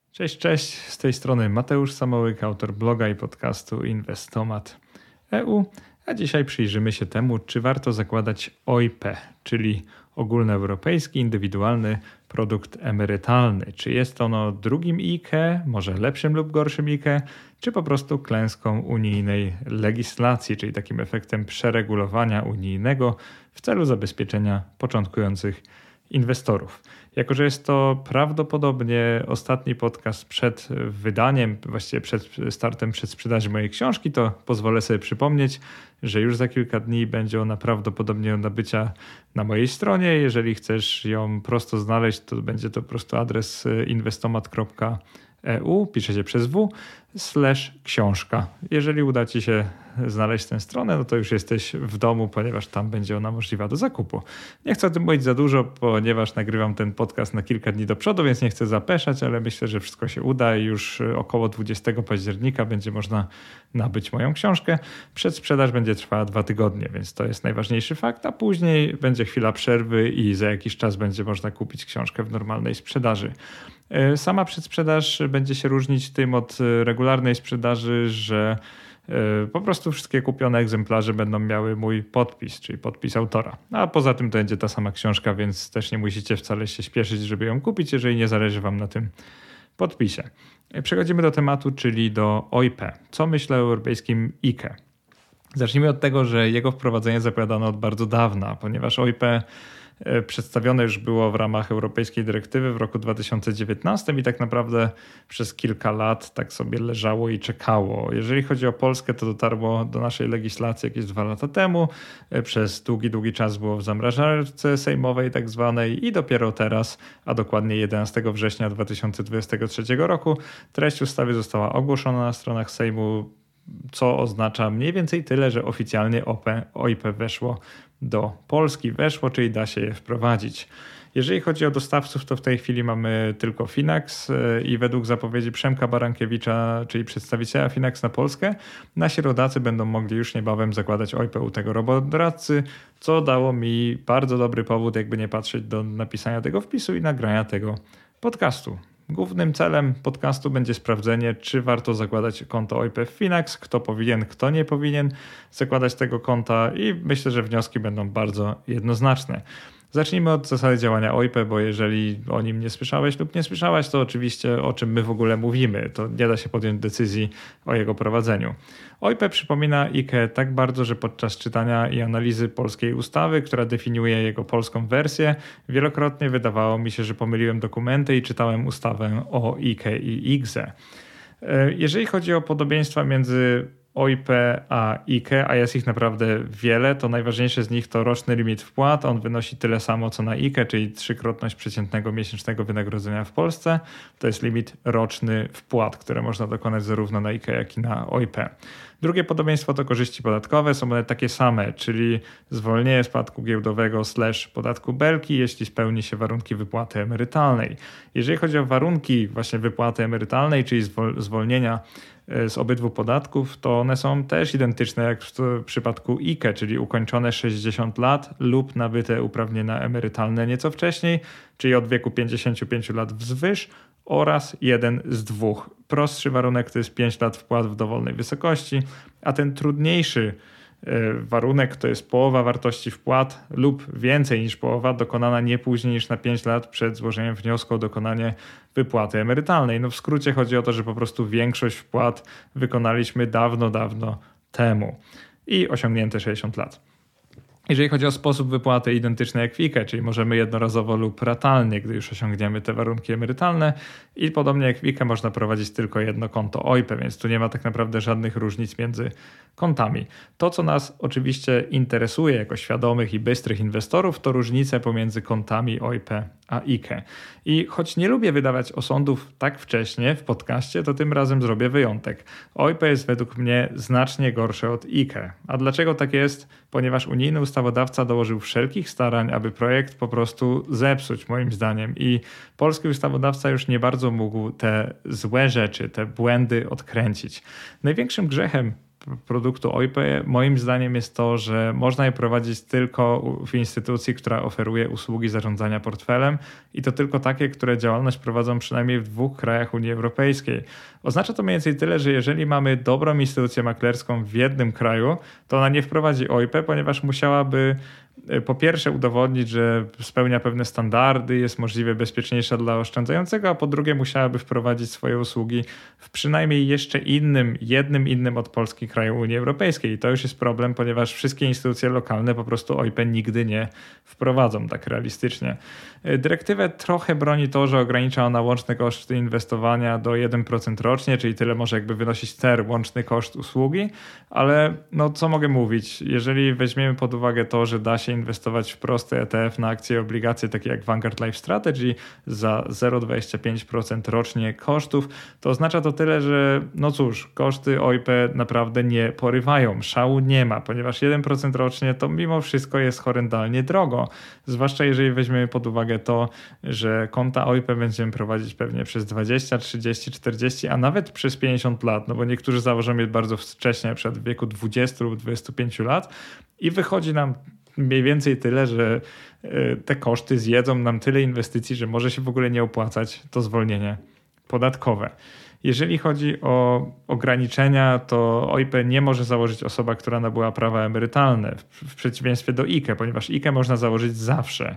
Cześć, cześć. Z tej strony Mateusz Samołyk, autor bloga i podcastu Inwestomat.eu, a dzisiaj przyjrzymy się temu, czy warto zakładać OIP, czyli ogólnoeuropejski indywidualny produkt emerytalny. Czy jest ono drugim IKE, może lepszym lub gorszym IKE, czy po prostu klęską unijnej legislacji, czyli takim efektem przeregulowania unijnego w celu zabezpieczenia początkujących inwestorów. Jako że jest to prawdopodobnie ostatni podcast przed wydaniem, właściwie przed startem przedsprzedaży mojej książki, to pozwolę sobie przypomnieć, że już za kilka dni będzie ona prawdopodobnie do nabycia na mojej stronie. Jeżeli chcesz ją prosto znaleźć, to będzie to po prostu adres inwestomat.eu, pisze się przez /książka. Jeżeli uda Ci się znaleźć tę stronę, no to już jesteś w domu, ponieważ tam będzie ona możliwa do zakupu. Nie chcę o tym mówić za dużo, ponieważ nagrywam ten podcast na kilka dni do przodu, więc nie chcę zapeszać, ale myślę, że wszystko się uda i już około 20 października będzie można nabyć moją książkę. Przedsprzedaż będzie trwała 2 tygodnie, więc to jest najważniejszy fakt, a później będzie chwila przerwy i za jakiś czas będzie można kupić książkę w normalnej sprzedaży. Sama przedsprzedaż będzie się różnić tym od regularnej sprzedaży, że po prostu wszystkie kupione egzemplarze będą miały mój podpis, czyli podpis autora. A poza tym to będzie ta sama książka, więc też nie musicie wcale się śpieszyć, żeby ją kupić, jeżeli nie zależy Wam na tym podpisie. Przechodzimy do tematu, czyli do OIP. Co myślę o europejskim IKE? Zacznijmy od tego, że jego wprowadzenie zapowiadano od bardzo dawna, ponieważ OIP przedstawione już było w ramach europejskiej dyrektywy w roku 2019 i tak naprawdę przez kilka lat tak sobie leżało i czekało. Jeżeli chodzi o Polskę, to dotarło do naszej legislacji jakieś 2 lata temu. Przez długi czas było w zamrażarce sejmowej tak zwanej i dopiero teraz, a dokładnie 11 września 2023 roku, treść ustawy została ogłoszona na stronach Sejmu, co oznacza mniej więcej tyle, że oficjalnie OIP weszło do Polski. Czyli da się je wprowadzić. Jeżeli chodzi o dostawców, to w tej chwili mamy tylko Finax i według zapowiedzi Przemka Barankiewicza, czyli przedstawiciela Finax na Polskę, nasi rodacy będą mogli już niebawem zakładać OIP u tego robotdoradcy, co dało mi bardzo dobry powód, jakby nie patrzeć, do napisania tego wpisu i nagrania tego podcastu. Głównym celem podcastu będzie sprawdzenie, czy warto zakładać konto OIP w Finax, kto powinien, kto nie powinien zakładać tego konta i myślę, że wnioski będą bardzo jednoznaczne. Zacznijmy od zasady działania OIP, bo jeżeli o nim nie słyszałeś lub nie słyszałaś, to oczywiście o czym my w ogóle mówimy. To nie da się podjąć decyzji o jego prowadzeniu. OIP przypomina IKE tak bardzo, że podczas czytania i analizy polskiej ustawy, która definiuje jego polską wersję, wielokrotnie wydawało mi się, że pomyliłem dokumenty i czytałem ustawę o IKE i IGZE. Jeżeli chodzi o podobieństwa między OIP a IKE, a jest ich naprawdę wiele, to najważniejsze z nich to roczny limit wpłat. On wynosi tyle samo co na IKE, czyli 3-krotność przeciętnego miesięcznego wynagrodzenia w Polsce. To jest limit roczny wpłat, które można dokonać zarówno na IKE, jak i na OIP. Drugie podobieństwo to korzyści podatkowe. Są one takie same, czyli zwolnienie z podatku giełdowego / podatku Belki, jeśli spełni się warunki wypłaty emerytalnej. Jeżeli chodzi o warunki właśnie wypłaty emerytalnej, czyli zwolnienia z obydwu podatków, to one są też identyczne jak w przypadku IKE, czyli ukończone 60 lat lub nabyte uprawnienia emerytalne nieco wcześniej, czyli od wieku 55 lat wzwyż oraz jeden z 2. Prostszy warunek to jest 5 lat wpłat w dowolnej wysokości, a ten trudniejszy warunek to jest połowa wartości wpłat lub więcej niż połowa dokonana nie później niż na 5 lat przed złożeniem wniosku o dokonanie wypłaty emerytalnej. No w skrócie chodzi o to, że po prostu większość wpłat wykonaliśmy dawno temu i osiągnięte 60 lat. Jeżeli chodzi o sposób wypłaty, identyczny jak w IKE, czyli możemy jednorazowo lub ratalnie, gdy już osiągniemy te warunki emerytalne i podobnie jak w IKE można prowadzić tylko jedno konto OIP, więc tu nie ma tak naprawdę żadnych różnic między kontami. To, co nas oczywiście interesuje jako świadomych i bystrych inwestorów, to różnice pomiędzy kontami OIP a IKE. I choć nie lubię wydawać osądów tak wcześnie w podcaście, to tym razem zrobię wyjątek. OIP jest według mnie znacznie gorsze od IKE. A dlaczego tak jest? Ponieważ unijny ustawodawca dołożył wszelkich starań, aby projekt po prostu zepsuć, moim zdaniem. I polski ustawodawca już nie bardzo mógł te złe rzeczy, te błędy odkręcić. Największym grzechem produktu OIPE moim zdaniem jest to, że można je prowadzić tylko w instytucji, która oferuje usługi zarządzania portfelem i to tylko takie, które działalność prowadzą przynajmniej w 2 krajach Unii Europejskiej. Oznacza to mniej więcej tyle, że jeżeli mamy dobrą instytucję maklerską w jednym kraju, to ona nie wprowadzi OIPE, ponieważ musiałaby po pierwsze udowodnić, że spełnia pewne standardy, jest możliwie bezpieczniejsza dla oszczędzającego, a po drugie musiałaby wprowadzić swoje usługi w przynajmniej jeszcze jednym innym od Polski kraju Unii Europejskiej. I to już jest problem, ponieważ wszystkie instytucje lokalne po prostu OIPE nigdy nie wprowadzą tak realistycznie. Dyrektywę trochę broni to, że ogranicza ona łączne koszty inwestowania do 1% rocznie, czyli tyle może jakby wynosić CER, łączny koszt usługi, ale no co mogę mówić, jeżeli weźmiemy pod uwagę to, że da się inwestować w prosty ETF na akcje i obligacje takie jak Vanguard Life Strategy za 0,25% rocznie kosztów, to oznacza to tyle, że no cóż, koszty OIPE naprawdę nie porywają, szału nie ma, ponieważ 1% rocznie to mimo wszystko jest horrendalnie drogo, zwłaszcza jeżeli weźmiemy pod uwagę to, że konta OIPE będziemy prowadzić pewnie przez 20, 30, 40, a nawet przez 50 lat, no bo niektórzy założą je bardzo wcześnie, na przykład w wieku 20 lub 25 lat i wychodzi nam mniej więcej tyle, że te koszty zjedzą nam tyle inwestycji, że może się w ogóle nie opłacać to zwolnienie podatkowe. Jeżeli chodzi o ograniczenia, to OIPE nie może założyć osoba, która nabyła prawa emerytalne, w przeciwieństwie do IKE, ponieważ IKE można założyć zawsze.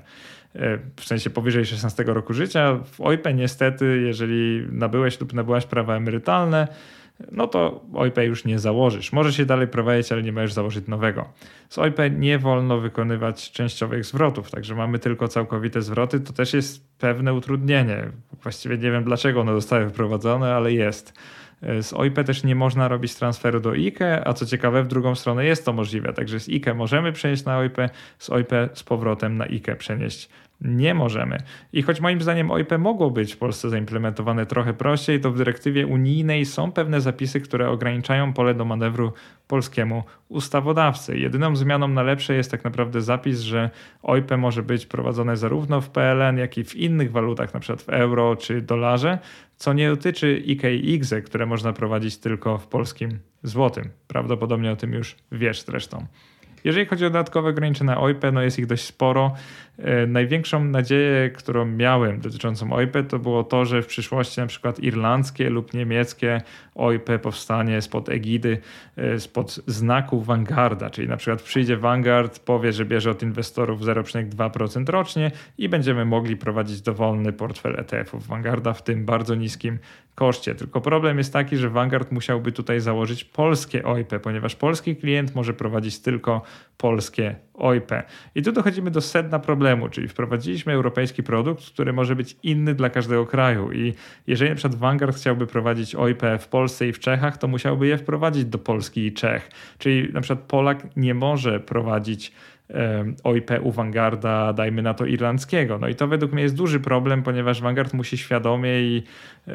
W sensie powyżej 16 roku życia. W OIPE niestety, jeżeli nabyłeś lub nabyłaś prawa emerytalne, no to OIPE już nie założysz. Może się dalej prowadzić, ale nie możesz założyć nowego. Z OIPE nie wolno wykonywać częściowych zwrotów, także mamy tylko całkowite zwroty. To też jest pewne utrudnienie. Właściwie nie wiem, dlaczego one zostały wprowadzone, ale jest. Z OIPE też nie można robić transferu do IKE, a co ciekawe w drugą stronę jest to możliwe. Także z IKE możemy przenieść na OIPE, z OIPE z powrotem na IKE przenieść nie możemy. I choć moim zdaniem OIPE mogło być w Polsce zaimplementowane trochę prościej, to w dyrektywie unijnej są pewne zapisy, które ograniczają pole do manewru polskiemu ustawodawcy. Jedyną zmianą na lepsze jest tak naprawdę zapis, że OIPE może być prowadzone zarówno w PLN, jak i w innych walutach, np. w euro czy dolarze, co nie dotyczy IKE i IGZE, które można prowadzić tylko w polskim złotym. Prawdopodobnie o tym już wiesz zresztą. Jeżeli chodzi o dodatkowe ograniczenia OIPE, no jest ich dość sporo. Największą nadzieję, którą miałem dotyczącą OIPE, to było to, że w przyszłości na przykład irlandzkie lub niemieckie OIPE powstanie spod egidy, spod znaku Vanguarda, czyli na przykład przyjdzie Vanguard, powie, że bierze od inwestorów 0,2% rocznie i będziemy mogli prowadzić dowolny portfel ETF-ów Vanguarda w tym bardzo niskim koszcie. Tylko problem jest taki, że Vanguard musiałby tutaj założyć polskie OIPE, ponieważ polski klient może prowadzić tylko polskie OIPE. I tu dochodzimy do sedna problemu, czyli wprowadziliśmy europejski produkt, który może być inny dla każdego kraju i jeżeli na przykład Vanguard chciałby prowadzić OIPE w Polsce i w Czechach, to musiałby je wprowadzić do Polski i Czech. Czyli na przykład Polak nie może prowadzić OIPE u Vanguarda, dajmy na to irlandzkiego. No i to według mnie jest duży problem, ponieważ Vanguard musi świadomie i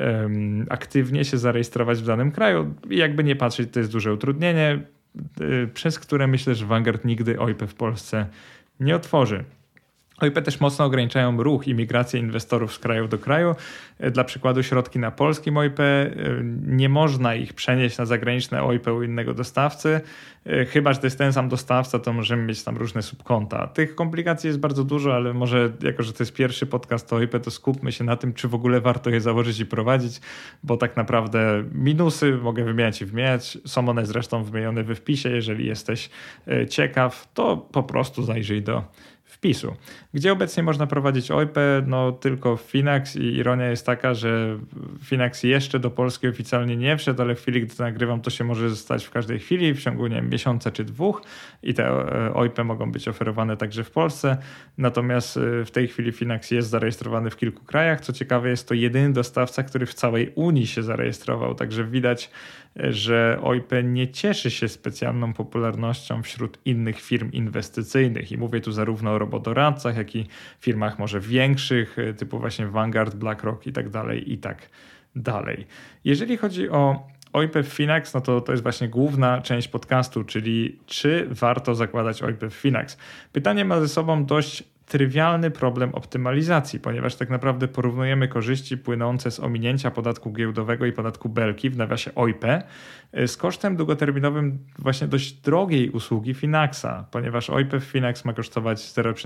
aktywnie się zarejestrować w danym kraju i jakby nie patrzeć, to jest duże utrudnienie, przez które myślę, że Vanguard nigdy OIPE w Polsce nie otworzy. OIPE też mocno ograniczają ruch i migrację inwestorów z kraju do kraju. Dla przykładu środki na polskim OIPE, nie można ich przenieść na zagraniczne OIPE u innego dostawcy. Chyba że to jest ten sam dostawca, to możemy mieć tam różne subkonta. Tych komplikacji jest bardzo dużo, ale może jako, że to jest pierwszy podcast o OIPE, to skupmy się na tym, czy w ogóle warto je założyć i prowadzić, bo tak naprawdę minusy mogę wymieniać i wymieniać. Są one zresztą wymienione we wpisie. Jeżeli jesteś ciekaw, to po prostu zajrzyj do wpisu. Gdzie obecnie można prowadzić OIPE? No tylko w Finax i ironia jest taka, że Finax jeszcze do Polski oficjalnie nie wszedł, ale w chwili, gdy to nagrywam, to się może stać w każdej chwili, w ciągu nie wiem, miesiąca czy 2 i te OIPE mogą być oferowane także w Polsce. Natomiast w tej chwili Finax jest zarejestrowany w kilku krajach. Co ciekawe, jest to jedyny dostawca, który w całej Unii się zarejestrował, także widać, że OIPE nie cieszy się specjalną popularnością wśród innych firm inwestycyjnych i mówię tu zarówno o robodoradcach, jak i firmach może większych, typu właśnie Vanguard, BlackRock i tak dalej, i tak dalej. Jeżeli chodzi o OIPE w Finax, no to jest właśnie główna część podcastu, czyli czy warto zakładać OIPE w Finax. Pytanie ma ze sobą dość trywialny problem optymalizacji, ponieważ tak naprawdę porównujemy korzyści płynące z ominięcia podatku giełdowego i podatku Belki, w nawiasie OIP, z kosztem długoterminowym właśnie dość drogiej usługi Finaxa, ponieważ OIP w Finax ma kosztować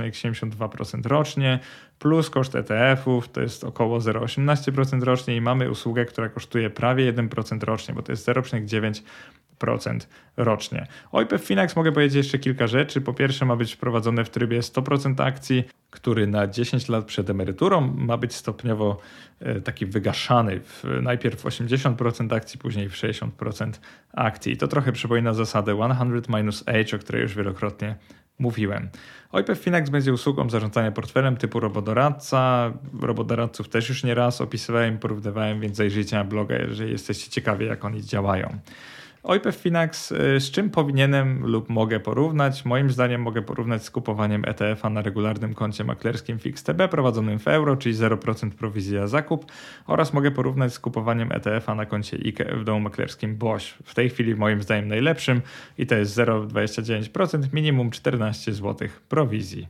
0,72% rocznie, plus koszt ETF-ów to jest około 0,18% rocznie i mamy usługę, która kosztuje prawie 1% rocznie, bo to jest 0,9% rocznie. OIP w Finax mogę powiedzieć jeszcze kilka rzeczy. Po pierwsze ma być wprowadzone w trybie 100% akcji, który na 10 lat przed emeryturą ma być stopniowo taki wygaszany. Najpierw 80% akcji, później w 60% akcji. I to trochę przypomina zasadę 100-H, o której już wielokrotnie mówiłem. OIP Finax będzie usługą zarządzania portfelem typu robodoradca. Robodoradców też już nie raz opisywałem, porównywałem, więc zajrzyjcie na bloga, jeżeli jesteście ciekawi, jak oni działają. OIP Finax z czym powinienem lub mogę porównać? Moim zdaniem mogę porównać z kupowaniem ETF-a na regularnym koncie maklerskim FixTB prowadzonym w euro, czyli 0% prowizji za zakup, oraz mogę porównać z kupowaniem ETF-a na koncie IKE w domu maklerskim BOŚ. W tej chwili moim zdaniem najlepszym i to jest 0,29%, minimum 14 zł prowizji.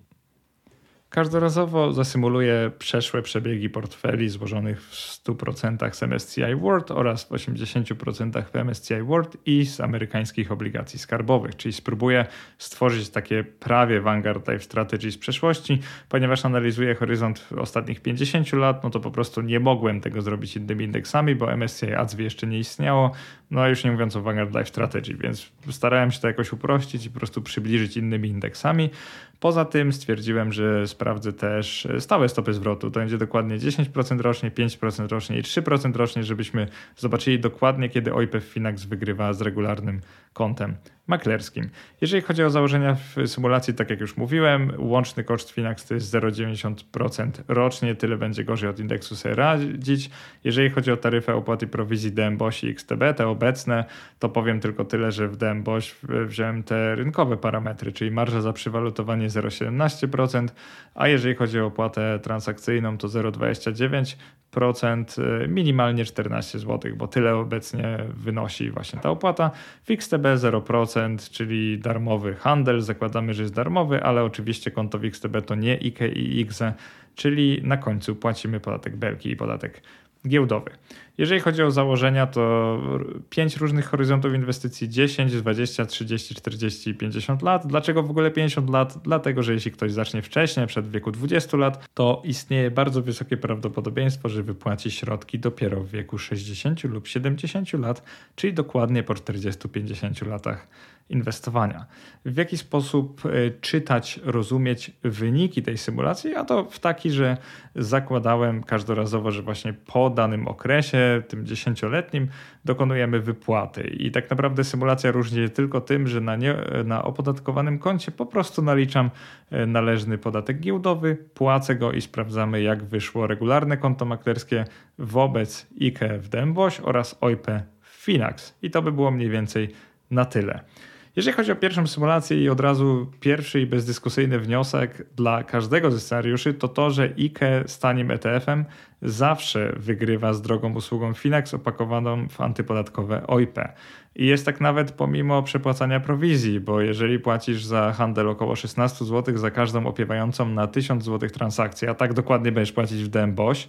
Każdorazowo zasymuluję przeszłe przebiegi portfeli złożonych w 100% z MSCI World oraz w 80% w MSCI World i z amerykańskich obligacji skarbowych, czyli spróbuję stworzyć takie prawie Vanguard Life Strategy z przeszłości, ponieważ analizuję horyzont ostatnich 50 lat, no to po prostu nie mogłem tego zrobić innymi indeksami, bo MSCI ACWI jeszcze nie istniało, no a już nie mówiąc o Vanguard Life Strategy, więc starałem się to jakoś uprościć i po prostu przybliżyć innymi indeksami. Poza tym stwierdziłem, że sprawdzę też stałe stopy zwrotu. To będzie dokładnie 10% rocznie, 5% rocznie i 3% rocznie, żebyśmy zobaczyli dokładnie, kiedy OIP Finax wygrywa z regularnym kontem maklerskim. Jeżeli chodzi o założenia w symulacji, tak jak już mówiłem, łączny koszt Finax to jest 0,90% rocznie, tyle będzie gorzej od indeksu sobie radzić. Jeżeli chodzi o taryfę opłaty prowizji DMBOŚ i XTB, te obecne, to powiem tylko tyle, że w DMBOŚ wziąłem te rynkowe parametry, czyli marża za przywalutowanie 0,17%, a jeżeli chodzi o opłatę transakcyjną, to 0,29%, minimalnie 14 zł, bo tyle obecnie wynosi właśnie ta opłata. FixTB 0%, czyli darmowy handel. Zakładamy, że jest darmowy, ale oczywiście konto FixTB to nie IKE i IGZE, czyli na końcu płacimy podatek Belki i podatek giełdowy. Jeżeli chodzi o założenia, to 5 różnych horyzontów inwestycji: 10, 20, 30, 40 i 50 lat. Dlaczego w ogóle 50 lat? Dlatego, że jeśli ktoś zacznie wcześniej, przed wieku 20 lat, to istnieje bardzo wysokie prawdopodobieństwo, że wypłaci środki dopiero w wieku 60 lub 70 lat, czyli dokładnie po 40-50 latach inwestowania. W jaki sposób czytać, rozumieć wyniki tej symulacji? A to w taki, że zakładałem każdorazowo, że właśnie po danym okresie, tym 10-letnim, dokonujemy wypłaty. I tak naprawdę symulacja różni się tylko tym, że na opodatkowanym koncie po prostu naliczam należny podatek giełdowy, płacę go i sprawdzamy, jak wyszło regularne konto maklerskie wobec IKE w DMBOŚ oraz OIP w Finax. I to by było mniej więcej na tyle. Jeżeli chodzi o pierwszą symulację i od razu pierwszy i bezdyskusyjny wniosek dla każdego ze scenariuszy, to to, że IKE z tanim ETF-em zawsze wygrywa z drogą usługą Finax opakowaną w antypodatkowe OIP. I jest tak nawet pomimo przepłacania prowizji, bo jeżeli płacisz za handel około 16 zł za każdą opiewającą na 1000 zł transakcję, a tak dokładnie będziesz płacić w DMBOŚ,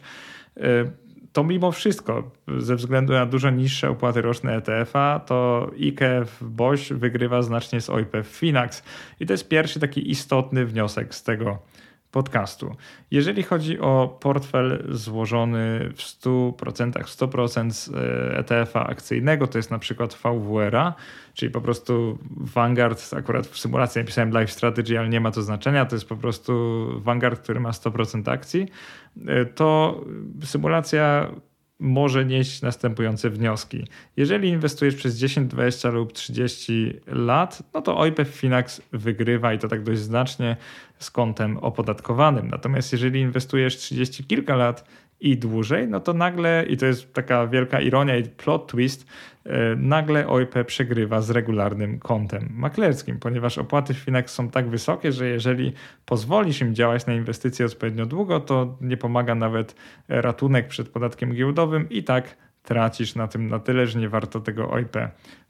to mimo wszystko, ze względu na dużo niższe opłaty roczne ETF-a, to IKE w BOŚ wygrywa znacznie z OIP w Finax. I to jest pierwszy taki istotny wniosek z tego podcastu. Jeżeli chodzi o portfel złożony w 100% z ETF-a akcyjnego, to jest na przykład VWR-a, czyli po prostu Vanguard, akurat w symulacji napisałem Life Strategy, ale nie ma to znaczenia, to jest po prostu Vanguard, który ma 100% akcji, to symulacja może nieść następujące wnioski. Jeżeli inwestujesz przez 10, 20 lub 30 lat, no to OIP Finax wygrywa i to tak dość znacznie z kontem opodatkowanym. Natomiast jeżeli inwestujesz 30 kilka lat i dłużej, no to nagle, i to jest taka wielka ironia i plot twist, nagle OIP przegrywa z regularnym kontem maklerskim, ponieważ opłaty w Finax są tak wysokie, że jeżeli pozwolisz im działać na inwestycje odpowiednio długo, to nie pomaga nawet ratunek przed podatkiem giełdowym i tak tracisz na tym na tyle, że nie warto tego OIP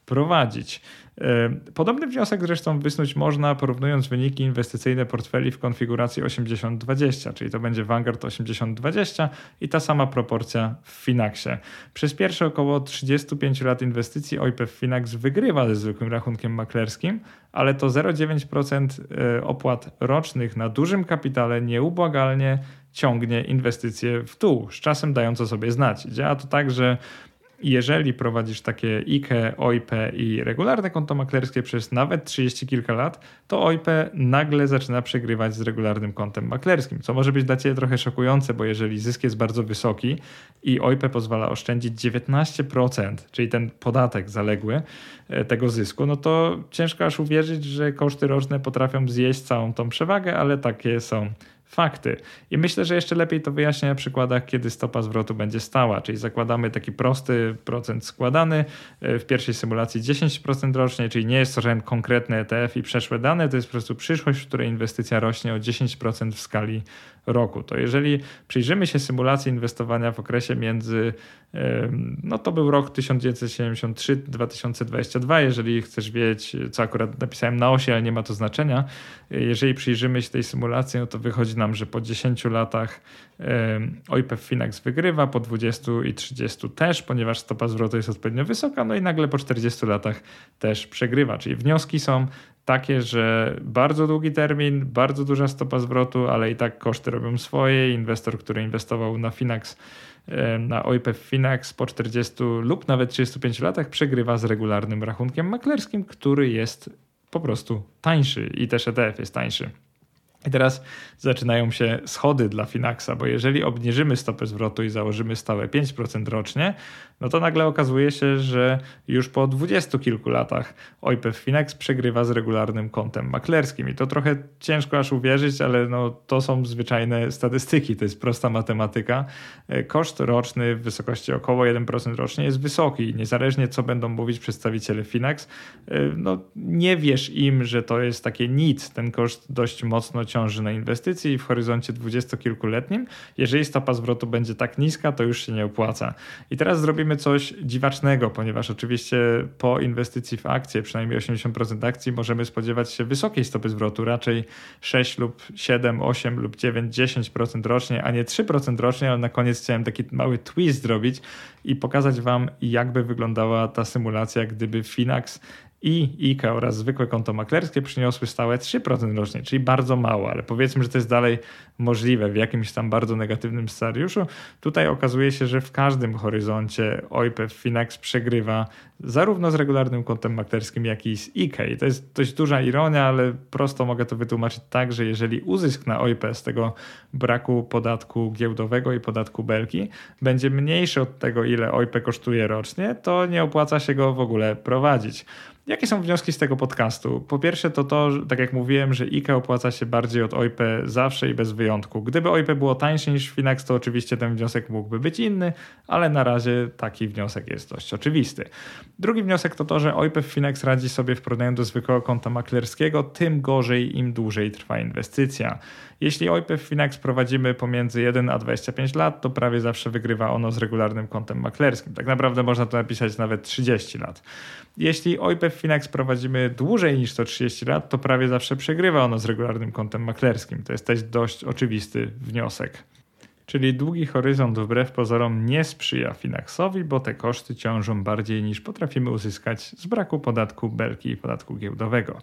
prowadzić. Podobny wniosek zresztą wysnuć można, porównując wyniki inwestycyjne portfeli w konfiguracji 80-20, czyli to będzie Vanguard 80-20 i ta sama proporcja w Finaxie. Przez pierwsze około 35 lat inwestycji OIPE w Finax wygrywa ze zwykłym rachunkiem maklerskim, ale to 0,9% opłat rocznych na dużym kapitale nieubłagalnie ciągnie inwestycje w dół, z czasem dając o sobie znać. Działa to tak, że jeżeli prowadzisz takie IKE, OIPE i regularne konto maklerskie przez nawet 30 kilka lat, to OIPE nagle zaczyna przegrywać z regularnym kontem maklerskim, co może być dla Ciebie trochę szokujące, bo jeżeli zysk jest bardzo wysoki i OIPE pozwala oszczędzić 19%, czyli ten podatek zaległy tego zysku, no to ciężko aż uwierzyć, że koszty roczne potrafią zjeść całą tą przewagę, ale takie są fakty. I myślę, że jeszcze lepiej to wyjaśnię na przykładach, kiedy stopa zwrotu będzie stała, czyli zakładamy taki prosty procent składany, w pierwszej symulacji 10% rocznie, czyli nie jest to żaden konkretny ETF i przeszłe dane, to jest po prostu przyszłość, w której inwestycja rośnie o 10% w skali roku. To jeżeli przyjrzymy się symulacji inwestowania w okresie między, no to był rok 1973-2022, jeżeli chcesz wiedzieć, co akurat napisałem na osi, ale nie ma to znaczenia, jeżeli przyjrzymy się tej symulacji, no to wychodzi nam, że po 10 latach OIPE Finax wygrywa, po 20 i 30 też, ponieważ stopa zwrotu jest odpowiednio wysoka, no i nagle po 40 latach też przegrywa. Czyli wnioski są takie, że bardzo długi termin, bardzo duża stopa zwrotu, ale i tak koszty robią swoje. Inwestor, który inwestował na Finax, na OIPE Finax po 40 lub nawet 35 latach przegrywa z regularnym rachunkiem maklerskim, który jest po prostu tańszy i też ETF jest tańszy. I teraz zaczynają się schody dla Finaxa, bo jeżeli obniżymy stopę zwrotu i założymy stałe 5% rocznie, no to nagle okazuje się, że już po 20 kilku latach OIPE Finax przegrywa z regularnym kontem maklerskim. I to trochę ciężko aż uwierzyć, ale no to są zwyczajne statystyki, to jest prosta matematyka. Koszt roczny w wysokości około 1% rocznie jest wysoki. Niezależnie co będą mówić przedstawiciele Finax, no nie wierz im, że to jest takie nic. Ten koszt dość mocno ciąży na inwestycji w horyzoncie 20-kilkuletnim. Jeżeli stopa zwrotu będzie tak niska, to już się nie opłaca. I teraz zrobimy coś dziwacznego, ponieważ oczywiście po inwestycji w akcje, przynajmniej 80% akcji, możemy spodziewać się wysokiej stopy zwrotu, raczej 6 lub 7, 8 lub 9, 10% rocznie, a nie 3% rocznie, ale na koniec chciałem taki mały twist zrobić i pokazać Wam, jakby wyglądała ta symulacja, gdyby Finax i IKE oraz zwykłe konto maklerskie przyniosły stałe 3% rocznie, czyli bardzo mało, ale powiedzmy, że to jest dalej możliwe w jakimś tam bardzo negatywnym scenariuszu. Tutaj okazuje się, że w każdym horyzoncie OIPE Finax przegrywa zarówno z regularnym kontem maklerskim, jak i z IKE. I to jest dość duża ironia, ale prosto mogę to wytłumaczyć tak, że jeżeli uzysk na OIPE z tego braku podatku giełdowego i podatku belki będzie mniejszy od tego, ile OIPE kosztuje rocznie, to nie opłaca się go w ogóle prowadzić. Jakie są wnioski z tego podcastu? Po pierwsze to, tak jak mówiłem, że IKE opłaca się bardziej od OIPE zawsze i bez wyjątku. Gdyby OIPE było tańsze niż Finax, to oczywiście ten wniosek mógłby być inny, ale na razie taki wniosek jest dość oczywisty. Drugi wniosek to, że OIPE Finax radzi sobie w porównaniu do zwykłego konta maklerskiego, tym gorzej im dłużej trwa inwestycja. Jeśli OIPE Finax prowadzimy pomiędzy 1 a 25 lat, to prawie zawsze wygrywa ono z regularnym kontem maklerskim. Tak naprawdę można to napisać nawet 30 lat. Jeśli OIPE Finax prowadzimy dłużej niż to 30 lat, to prawie zawsze przegrywa ono z regularnym kontem maklerskim. To jest też dość oczywisty wniosek. Czyli długi horyzont wbrew pozorom nie sprzyja Finaxowi, bo te koszty ciążą bardziej niż potrafimy uzyskać z braku podatku belki i podatku giełdowego.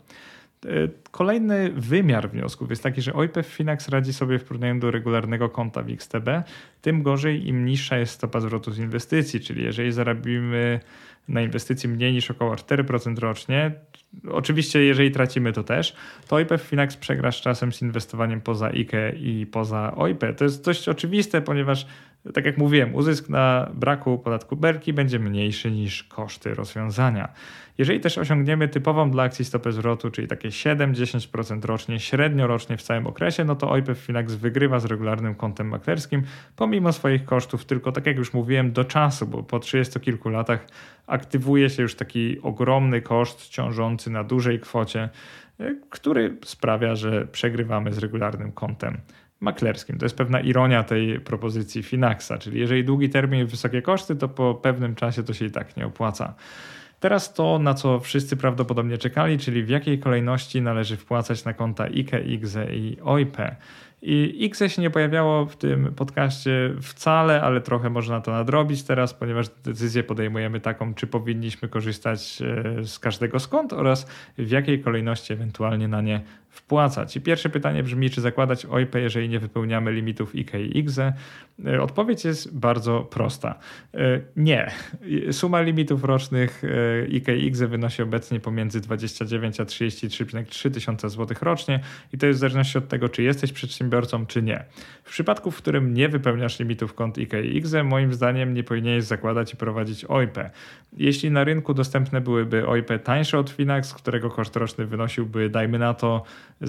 Kolejny wymiar wniosków jest taki, że OIPE Finax radzi sobie w porównaniu do regularnego konta w XTB, tym gorzej im niższa jest stopa zwrotu z inwestycji, czyli jeżeli zarobimy na inwestycji mniej niż około 4% rocznie, oczywiście jeżeli tracimy to też, to OIPE Finax przegra z czasem z inwestowaniem poza IKE i poza OIPE. To jest dość oczywiste, ponieważ tak jak mówiłem, uzysk na braku podatku belki będzie mniejszy niż koszty rozwiązania. Jeżeli też osiągniemy typową dla akcji stopę zwrotu, czyli takie 7-10% rocznie, średnio rocznie w całym okresie, no to OIPE Finax wygrywa z regularnym kontem maklerskim, pomimo swoich kosztów, tylko tak jak już mówiłem, do czasu, bo po 30 kilku latach aktywuje się już taki ogromny koszt ciążący na dużej kwocie, który sprawia, że przegrywamy z regularnym kontem maklerskim. To jest pewna ironia tej propozycji Finaxa, czyli jeżeli długi termin i wysokie koszty, to po pewnym czasie to się i tak nie opłaca. Teraz to, na co wszyscy prawdopodobnie czekali, czyli w jakiej kolejności należy wpłacać na konta IKE, IKZE i OIPE. I IKZE się nie pojawiało w tym podcaście wcale, ale trochę można to nadrobić teraz, ponieważ decyzję podejmujemy taką, czy powinniśmy korzystać z każdego z kont oraz w jakiej kolejności ewentualnie na nie wpłacać. I pierwsze pytanie brzmi, czy zakładać OIPE, jeżeli nie wypełniamy limitów IKE i IKZE? Odpowiedź jest bardzo prosta. Nie. Suma limitów rocznych IKE i IKZE wynosi obecnie pomiędzy 29 a 33,3 tysiąca złotych rocznie i to jest w zależności od tego, czy jesteś przedsiębiorcą, czy nie. W przypadku, w którym nie wypełniasz limitów kont IKE i IKZE, moim zdaniem nie powinieneś zakładać i prowadzić OIPE. Jeśli na rynku dostępne byłyby OIPE tańsze od Finax, którego koszt roczny wynosiłby, dajmy na to,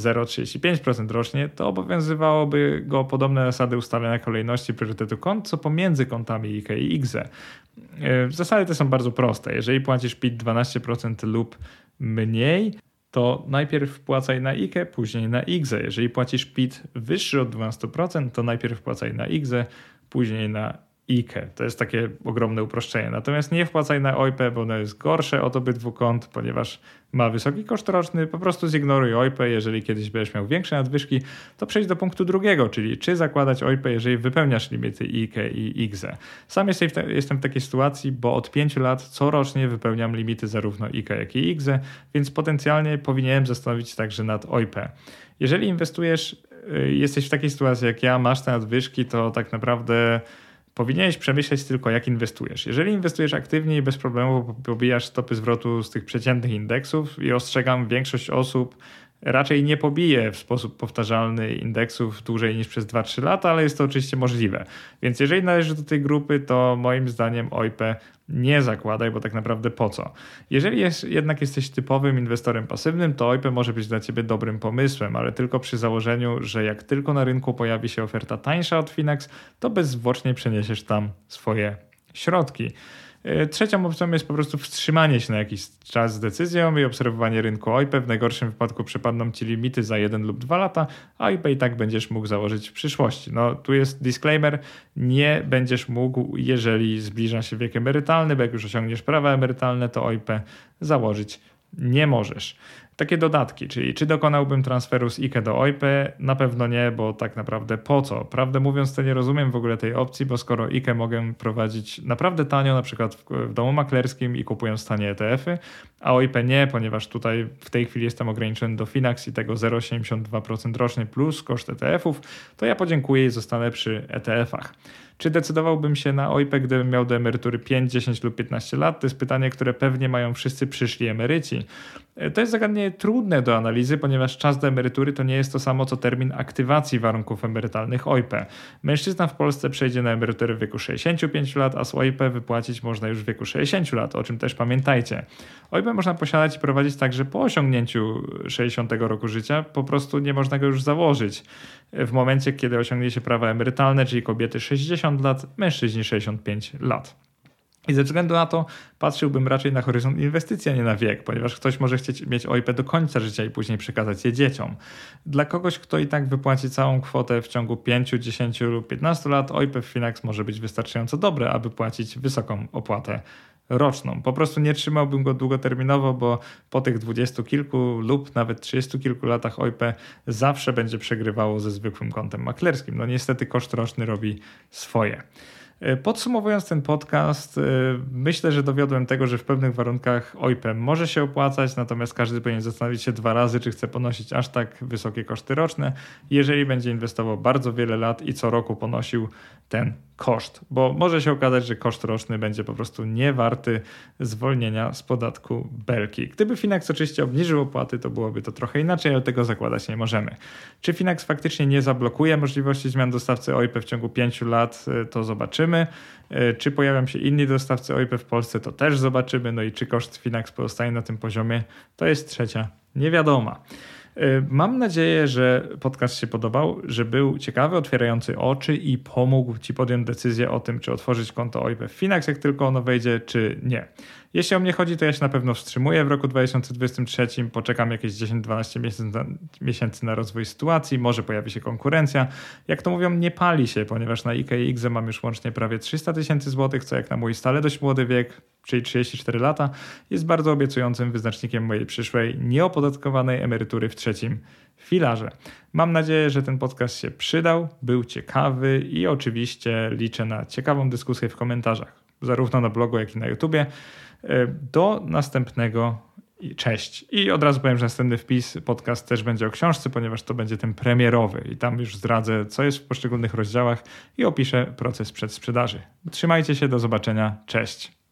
0,35% rocznie, to obowiązywałoby go podobne zasady ustalenia kolejności priorytetu kont, co pomiędzy kontami IKE i IKZE. Zasady te są bardzo proste. Jeżeli płacisz PIT 12% lub mniej, to najpierw wpłacaj na IKE, później na IKZE. Jeżeli płacisz PIT wyższy od 12%, to najpierw wpłacaj na IKZE, później na IKE. To jest takie ogromne uproszczenie. Natomiast nie wpłacaj na OIPE, bo ono jest gorsze od obydwu kont, ponieważ ma wysoki koszt roczny. Po prostu zignoruj OIPE. Jeżeli kiedyś będziesz miał większe nadwyżki, to przejdź do punktu drugiego, czyli czy zakładać OIPE, jeżeli wypełniasz limity IKE i IKZE. Sam jestem w takiej sytuacji, bo od 5 lat corocznie wypełniam limity zarówno IKE, jak i IKZE, więc potencjalnie powinienem zastanowić się także nad OIPE. Jeżeli inwestujesz, jesteś w takiej sytuacji jak ja, masz te nadwyżki, to tak naprawdę powinieneś przemyśleć tylko, jak inwestujesz. Jeżeli inwestujesz aktywnie i bez problemu pobijasz stopy zwrotu z tych przeciętnych indeksów i ostrzegam, większość osób raczej nie pobije w sposób powtarzalny indeksów dłużej niż przez 2-3 lata, ale jest to oczywiście możliwe. Więc jeżeli należysz do tej grupy, to moim zdaniem OIPE nie zakładaj, bo tak naprawdę po co? Jeżeli jednak jesteś typowym inwestorem pasywnym, to OIPE może być dla ciebie dobrym pomysłem, ale tylko przy założeniu, że jak tylko na rynku pojawi się oferta tańsza od Finax, to bezzwłocznie przeniesiesz tam swoje środki. Trzecią opcją jest po prostu wstrzymanie się na jakiś czas z decyzją i obserwowanie rynku OIPE. W najgorszym wypadku przepadną ci limity za 1 lub 2 lata, a OIPE i tak będziesz mógł założyć w przyszłości. No tu jest disclaimer, nie będziesz mógł, jeżeli zbliża się wiek emerytalny, bo jak już osiągniesz prawa emerytalne, to OIPE założyć nie możesz. Takie dodatki, czyli czy dokonałbym transferu z IKE do OIPE? Na pewno nie, bo tak naprawdę po co? Prawdę mówiąc, to nie rozumiem w ogóle tej opcji, bo skoro IKE mogę prowadzić naprawdę tanio, na przykład w domu maklerskim i kupując tanie ETF-y, a OIPE nie, ponieważ tutaj w tej chwili jestem ograniczony do Finax i tego 0,72% rocznie plus koszt ETF-ów, to ja podziękuję i zostanę przy ETF-ach. Czy decydowałbym się na OIPE, gdybym miał do emerytury 5, 10 lub 15 lat? To jest pytanie, które pewnie mają wszyscy przyszli emeryci. To jest zagadnienie trudne do analizy, ponieważ czas do emerytury to nie jest to samo co termin aktywacji warunków emerytalnych OIPE. Mężczyzna w Polsce przejdzie na emeryturę w wieku 65 lat, a z OIPE wypłacić można już w wieku 60 lat, o czym też pamiętajcie. OIPE można posiadać i prowadzić także po osiągnięciu 60 roku życia, po prostu nie można go już założyć. W momencie, kiedy osiągnie się prawa emerytalne, czyli kobiety 60 lat, mężczyźni 65 lat. I ze względu na to patrzyłbym raczej na horyzont inwestycji, a nie na wiek, ponieważ ktoś może chcieć mieć OIPE do końca życia i później przekazać je dzieciom. Dla kogoś, kto i tak wypłaci całą kwotę w ciągu 5, 10 lub 15 lat, OIPE w Finax może być wystarczająco dobre, aby płacić wysoką opłatę roczną. Po prostu nie trzymałbym go długoterminowo, bo po tych 20 kilku lub nawet 30 kilku latach OIPE zawsze będzie przegrywało ze zwykłym kontem maklerskim. No niestety koszt roczny robi swoje. Podsumowując ten podcast, myślę, że dowiodłem tego, że w pewnych warunkach OIPE może się opłacać, natomiast każdy powinien zastanowić się 2 razy, czy chce ponosić aż tak wysokie koszty roczne, jeżeli będzie inwestował bardzo wiele lat i co roku ponosił ten koszt, bo może się okazać, że koszt roczny będzie po prostu niewarty zwolnienia z podatku Belki. Gdyby Finax oczywiście obniżył opłaty, to byłoby to trochę inaczej, ale tego zakładać nie możemy. Czy Finax faktycznie nie zablokuje możliwości zmian dostawcy OIPE w ciągu 5 lat, to zobaczymy. Czy pojawią się inni dostawcy OIPE w Polsce, to też zobaczymy. No i czy koszt Finax pozostaje na tym poziomie, to jest trzecia niewiadoma. Mam nadzieję, że podcast się podobał, że był ciekawy, otwierający oczy i pomógł Ci podjąć decyzję o tym, czy otworzyć konto OIPE w Finax, jak tylko ono wejdzie, czy nie. Jeśli o mnie chodzi, to ja się na pewno wstrzymuję w roku 2023, poczekam jakieś 10-12 miesięcy na rozwój sytuacji, może pojawi się konkurencja. Jak to mówią, nie pali się, ponieważ na IKE i IKZE mam już łącznie prawie 300 000 złotych, co jak na mój stale dość młody wiek czyli 34 lata, jest bardzo obiecującym wyznacznikiem mojej przyszłej nieopodatkowanej emerytury w trzecim filarze. Mam nadzieję, że ten podcast się przydał, był ciekawy i oczywiście liczę na ciekawą dyskusję w komentarzach, zarówno na blogu, jak i na YouTubie. Do następnego. Cześć. I od razu powiem, że następny podcast też będzie o książce, ponieważ to będzie ten premierowy i tam już zdradzę, co jest w poszczególnych rozdziałach i opiszę proces przedsprzedaży. Trzymajcie się, do zobaczenia. Cześć.